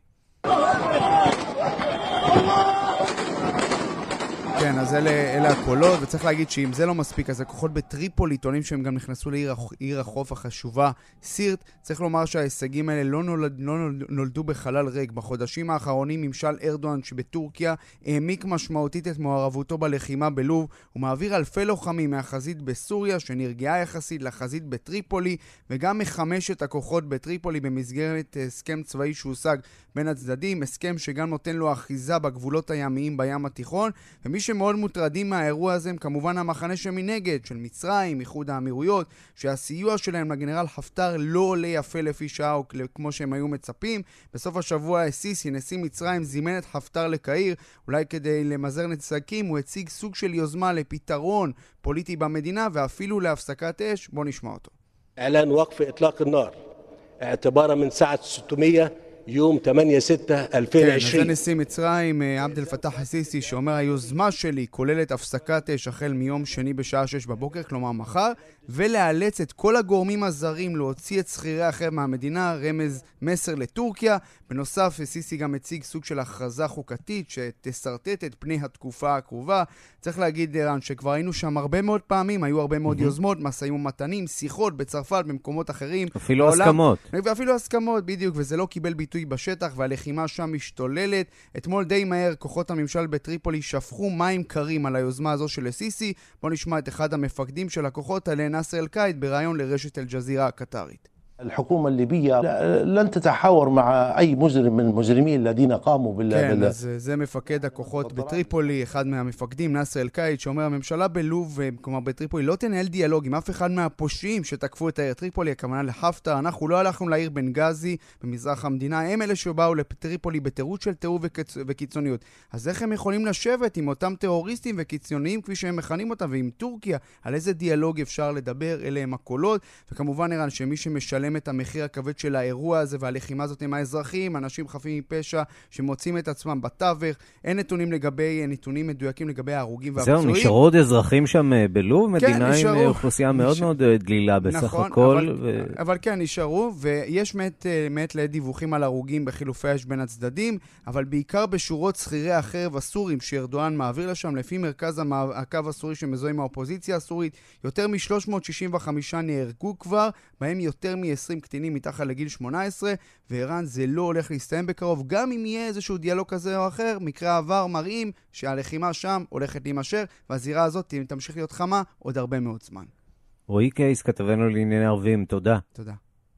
כן, אז אלה, אלה הקולות, וצריך להגיד שאם זה לא מספיק, אז הכוחות בטריפולי טוענים שהם גם נכנסו לעיר החוף החשובה, סירט. צריך לומר שההישגים האלה לא, נולד, לא נולדו בחלל ריק. בחודשים האחרונים ממשל ארדואן שבטורקיה העמיק משמעותית את מעורבותו בלחימה בלוב, הוא מעביר אלפי לוחמים מהחזית בסוריה, שנרגעה יחסית לחזית בטריפולי, וגם מחמש את הכוחות בטריפולי במסגרת הסכם צבאי שהושג בין הצדדים, הסכם שגם נותן לו אחיזה בגבולות הימיים בים התיכון. ומי שמאוד מוטרדים מהאירוע הזה הם כמובן המחנה שמנגד של מצרים, איחוד האמירויות, שהסיוע שלהם לגנרל חפטר לא עולה יפה לפי שעה או כמו שהם היו מצפים. בסוף השבוע סיסי, נשיא מצרים, זימן את חפטר לקהיר, אולי כדי למזער נזקים. הוא הציג סוג של יוזמה לפתרון פוליטי במדינה ואפילו להפסקת אש. בוא נשמע אותו. اعلان وقف اطلاق النار اعتبارا من ساعة ستمية יום שמונה ستة אלפיים ועשרים. כן, זה נשיא מצרים עבד אל פתאח א-סיסי שאומר היוזמה שלי כוללת הפסקת אש החל מיום שני בשעה שש בבוקר, כלומר מחר, ולאלץ את כל הגורמים הזרים להוציא את שכירי האחר מהמדינה, רמז מסר לטורקיה. בנוסף, א-סיסי גם הציג סוג של הכרזה חוקתית שתסרטט את פני התקופה הקרובה. צריך להגיד איראן שכבר היינו שם הרבה מאוד פעמים, היו הרבה מאוד יוזמות, מסעים ומתנים, שיחות בצרפת, במקומות אחרים. אפילו הסכמות. ואפילו הסכמות, בדיוק, וזה לא קיבל ביטוי בשטח, והלחימה שם משתוללת. אתמול די מהר כוחות הממשל בטריפולי שפכו מים קרים על היוזמה הזו של א-סיסי. בוא נשמע את אחד המפקדים של הכוחות, עלי נאסר אל-קאיד, בראיון לרשת אל-ג'זירה הקטרית. الحكومة الليبية لن تتحاور مع أي مجرم من المجرمين الذين قاموا بال... כן, אז זה מפקד הכוחות בטריפולי, אחד מהמפקדים, נאסר אל-קאיד, שאומר הממשלה בלוב, כלומר בטריפולי, לא תנהל דיאלוג עם אף אחד מהפושעים שתקפו את העיר טריפולי, הכוונה לחפטר. אנחנו לא הלכנו לעיר בנגזי במזרח המדינה, הם אלה שבאו לטריפולי בתירוץ של טירוף וקיצ... וקיצוניות. אז איך הם יכולים לשבת עם אותם טרוריסטים וקיצוניים כפי שהם מכנים אותם, ועם טורקיה, על איזה דיאלוג אפשר לדבר? אלה הם הקולות. וכמובן איראן שמי שמשלם את המחיר הכבד של האירוע הזה והלחימה הזאת עם האזרחים, אנשים חפים מפשע שמוצאים את עצמם בתווך. אין נתונים לגבי, נתונים מדויקים לגבי ההרוגים והפצועים. זהו, נשארו עוד אזרחים שם בלוב, מדינה כן, עם אוכלוסייה מאוד מאוד דלילה בסך נכון, הכל. אבל, ו... אבל כן, נשארו, ויש מעט, מעט לדיווחים על הרוגים בחילופי אש בין הצדדים, אבל בעיקר בשורות שכירי החרב הסורים שארדואן מעביר לשם, לפי מרכז הקו הסורי שמזוהה עם האופוזיציה הסורית, יותר מ-שלוש מאות שישים וחמש נהרגו כבר, בהם יותר מ-עשרים קטינים מתחת לגיל שמונה עשרה, ואיראן זה לא הולך להסתיים בקרוב, גם אם יהיה איזשהו דיאלוג כזה או אחר. מקרה העבר מראים שהלחימה שם הולכת להימשך, והזירה הזאת תמשיך להיות חמה עוד הרבה מאוד זמן. רועי קייס, כתבנו לענייני ערבים, תודה. תודה.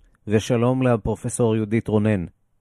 ושלום לפרופסור יהודית רונן.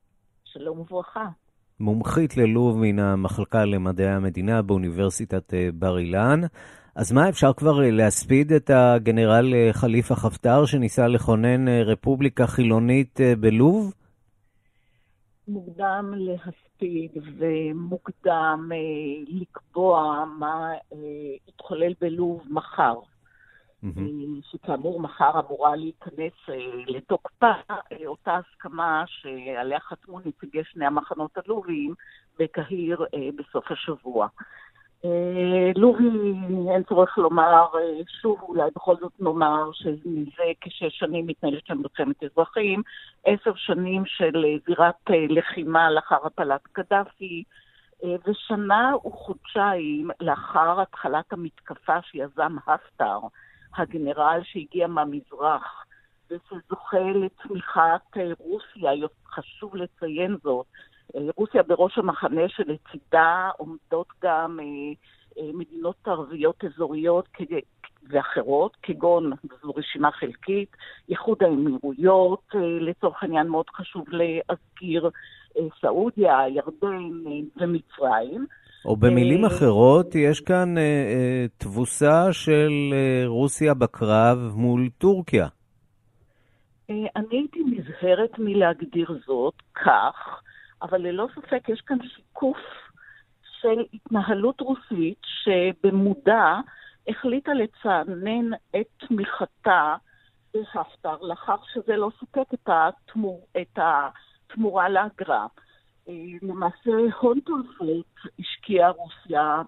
שלום וברכה. מומחית ללוב מן המחלקה למדעי המדינה באוניברסיטת בר אילן. אז מה, אפשר כבר להספיד את הגנרל חליפה חפטר שניסה לכונן רפובליקה חילונית בלוב? מוקדם להספיד ומוקדם לקבוע מה יתחולל בלוב מחר. שכאמור מחר אמורה להיכנס לתוקפה אותה הסכמה שעליה חתמו נציגי שני המחנות הלוביים בקהיר בסוף השבוע. לובי, אין צורך לומר, שוב אולי בכל זאת נאמר שמזה כשש שנים מתנהלת שם מלחמת אזרחים, עשר שנים של זירת לחימה לאחר הפלת קדאפי, ושנה וחודשיים לאחר התחלת המתקפה שיזם הפטר, הגנרל שהגיע מהמזרח, ושזוכה לתמיכת רוסיה, חשוב לציין זאת, רוסיה בראש המחנה שלצידה עומדות גם מדינות ערביות אזוריות ואחרות, כגון, זו רשימה חלקית, איחוד האמירויות, לצורך העניין מאוד חשוב להזכיר סעודיה, ירדן ומצרים. או במילים אחרות, יש כאן תבוסה של רוסיה בקרב מול טורקיה. אני הייתי נזהרת מלהגדיר זאת כך, אבל ללא ספק יש כאן שיקוף של התנהלות רוסית שבמודע החליטה לצענן את תמיכתה בהפטר, לאחר שזה לא סופק את, התמור, את התמורה לאגרה. למעשה הון תועפות השקיעה רוסיה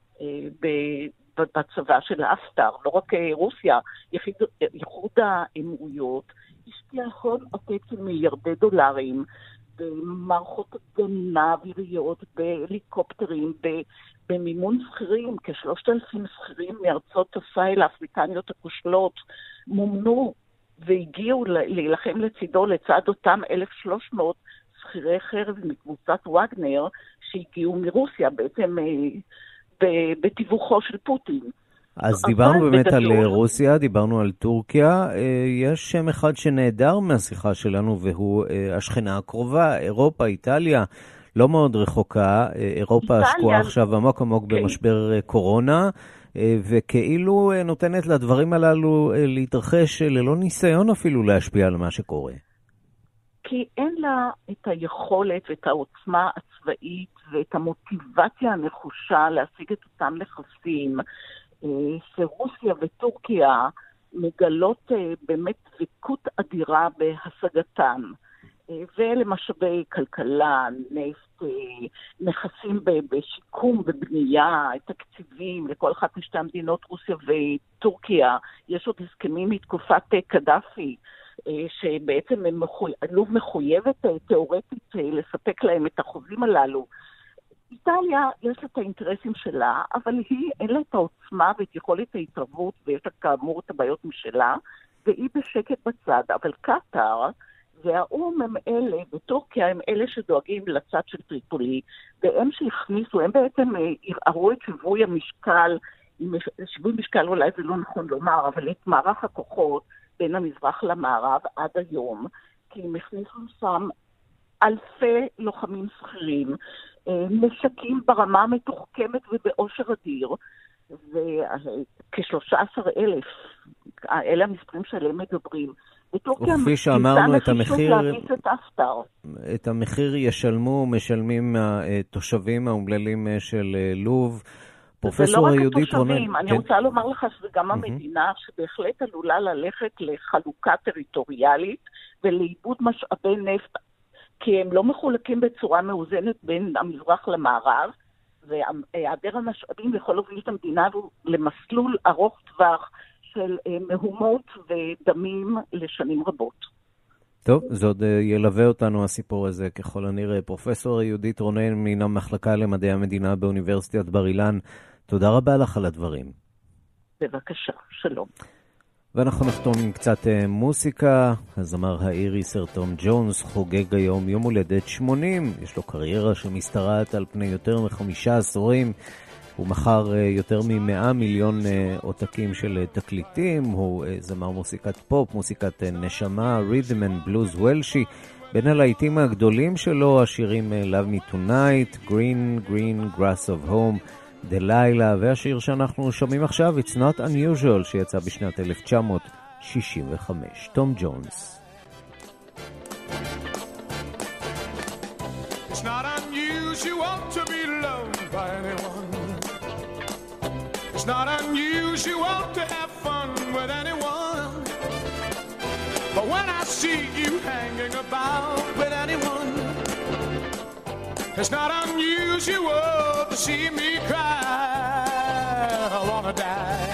בצבא של הפטר, לא רק רוסיה, איחוד האמירויות, השקיעה הון עתק של מיליארדי דולרים, במערכות הגנה אוויריות, בהליקופטרים, במימון שכירים, כשלושת אלפים שכירים מארצות הסייל האפריקניות הכושלות מומנו והגיעו להילחם לצידו לצד אותם אלף ושלוש מאות שכירי חרב מקבוצת וגנר שהגיעו מרוסיה בעצם בתיווכו של פוטין. אז דיברנו באמת על רוסיה, דיברנו על טורקיה, יש שם אחד שנעדר מהשיחה שלנו והוא השכנה הקרובה, אירופה, איטליה, לא מאוד רחוקה, אירופה שקועה עכשיו עמוק עמוק במשבר קורונה, וכאילו נותנת לדברים הללו להתרחש ללא ניסיון אפילו להשפיע על מה שקורה. כי אין לה את היכולת ואת העוצמה הצבאית ואת המוטיבציה הנחושה להשיג את אותם נכסים, שרוסיה וטורקיה מגלות באמת דבקות אדירה בהשגתן, ולמשאבי כלכלה, נפט, נכסים בשיקום, בבנייה, תקציבים, לכל אחת משתי המדינות, רוסיה וטורקיה, יש עוד הסכמים מתקופת קדאפי, שבעצם לוב מחויבת תיאורטית לספק להם את החוזים הללו. איטליה יש לה את האינטרסים שלה, אבל היא אין לה את העוצמה ואת יכולת ההתערבות, ויש לה כאמור את הבעיות משלה, והיא בשקט בצד. אבל קטר והאום הם אלה, וטורקיה הם אלה שדואגים לצד של טריפולי, והם שהכניסו, הם בעצם ערערו את שיווי המשקל, שיווי משקל אולי זה לא נכון לומר, אבל את מערך הכוחות בין המזרח למערב עד היום, כי הם הכניסו שם אלפי לוחמים שכירים, נשקים ברמה מתוחכמת ובאושר אדיר, וכ-שלושה עשר אלף, אלה המספרים שעליהם מדברים. וכפי שאמרנו, את המחיר, את, את המחיר ישלמו, משלמים התושבים האומללים של לוב. פרופסור יהודית רונן. זה לא רק התושבים, אני רוצה לומר לך שזה גם המדינה שבהחלט עלולה ללכת לחלוקה טריטוריאלית ולאיבוד משאבי נפט, כי הם לא מחולקים בצורה מאוזנת בין המזרח למערב, והיעדר המשאבים יכול להוביל את המדינה למסלול ארוך טווח של מהומות ודמים לשנים רבות. טוב, זה עוד ילווה אותנו הסיפור הזה ככל הנראה. פרופסור יהודית רונן מן המחלקה למדעי המדינה באוניברסיטת בר אילן, תודה רבה לך על הדברים. בבקשה, שלום. ואנחנו נחתום עם קצת מוסיקה. הזמר האירי סר תום ג'ונס חוגג היום יום הולדת שמונים. יש לו קריירה שמשתרעת על פני יותר מחמישה עשורים. הוא מכר יותר ממאה מיליון עותקים של תקליטים. הוא זמר מוסיקת פופ, מוסיקת נשמה, רית'ם אנד בלוז וולשי. בין הלהיטים הגדולים שלו השירים Love Me Tonight, Green Green Grass of Home דלילה, והשיר שאנחנו שומעים עכשיו, It's Not Unusual, שיצא בשנת אלף תשע מאות שישים וחמש. תום ג'ונס. It's not unusual to be loved by anyone. It's not unusual to have fun with anyone. But when I see you hanging about with anyone, it's not unusual to see me cry. I wanna die.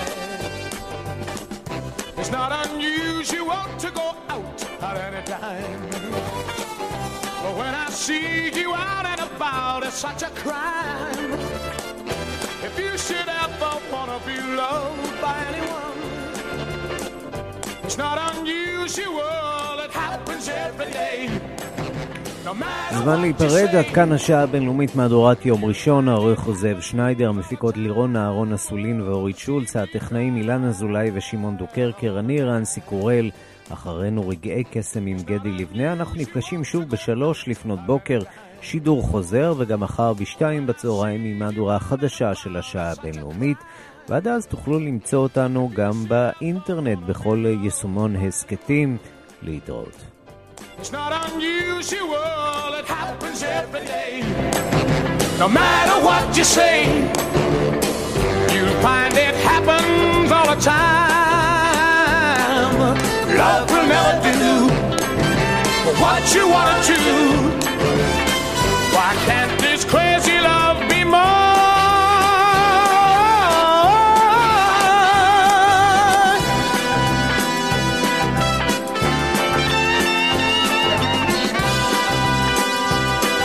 It's not unusual to go out at any time. But when I see you out and about, it's such a crime. If you should ever wanna be loved by anyone, it's not unusual, it happens every day. זמן להיפרד, עד כאן השעה הבינלאומית מהדורת יום ראשון. העורך זאב שניידר, המפיקות לירון אהרון אסולין ואורית שולץ, הטכנאים אילן אזולאי ושמעון דוקרקר, אני רנסי קורל. אחרינו רגעי קסם עם גדי לבנה. אנחנו נפגשים שוב בשלוש לפנות בוקר, שידור חוזר, וגם מחר בשתיים בצהריים עם מהדורה החדשה של השעה הבינלאומית. ועד אז תוכלו למצוא אותנו גם באינטרנט בכל יישומון הסקטים. להתראות. It's not unusual, it happens every day. No matter what you say, you'll find it happens all the time. Love will never do what you want to do. Why can't this crazy love be more?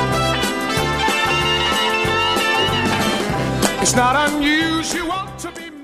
It's not unusual to be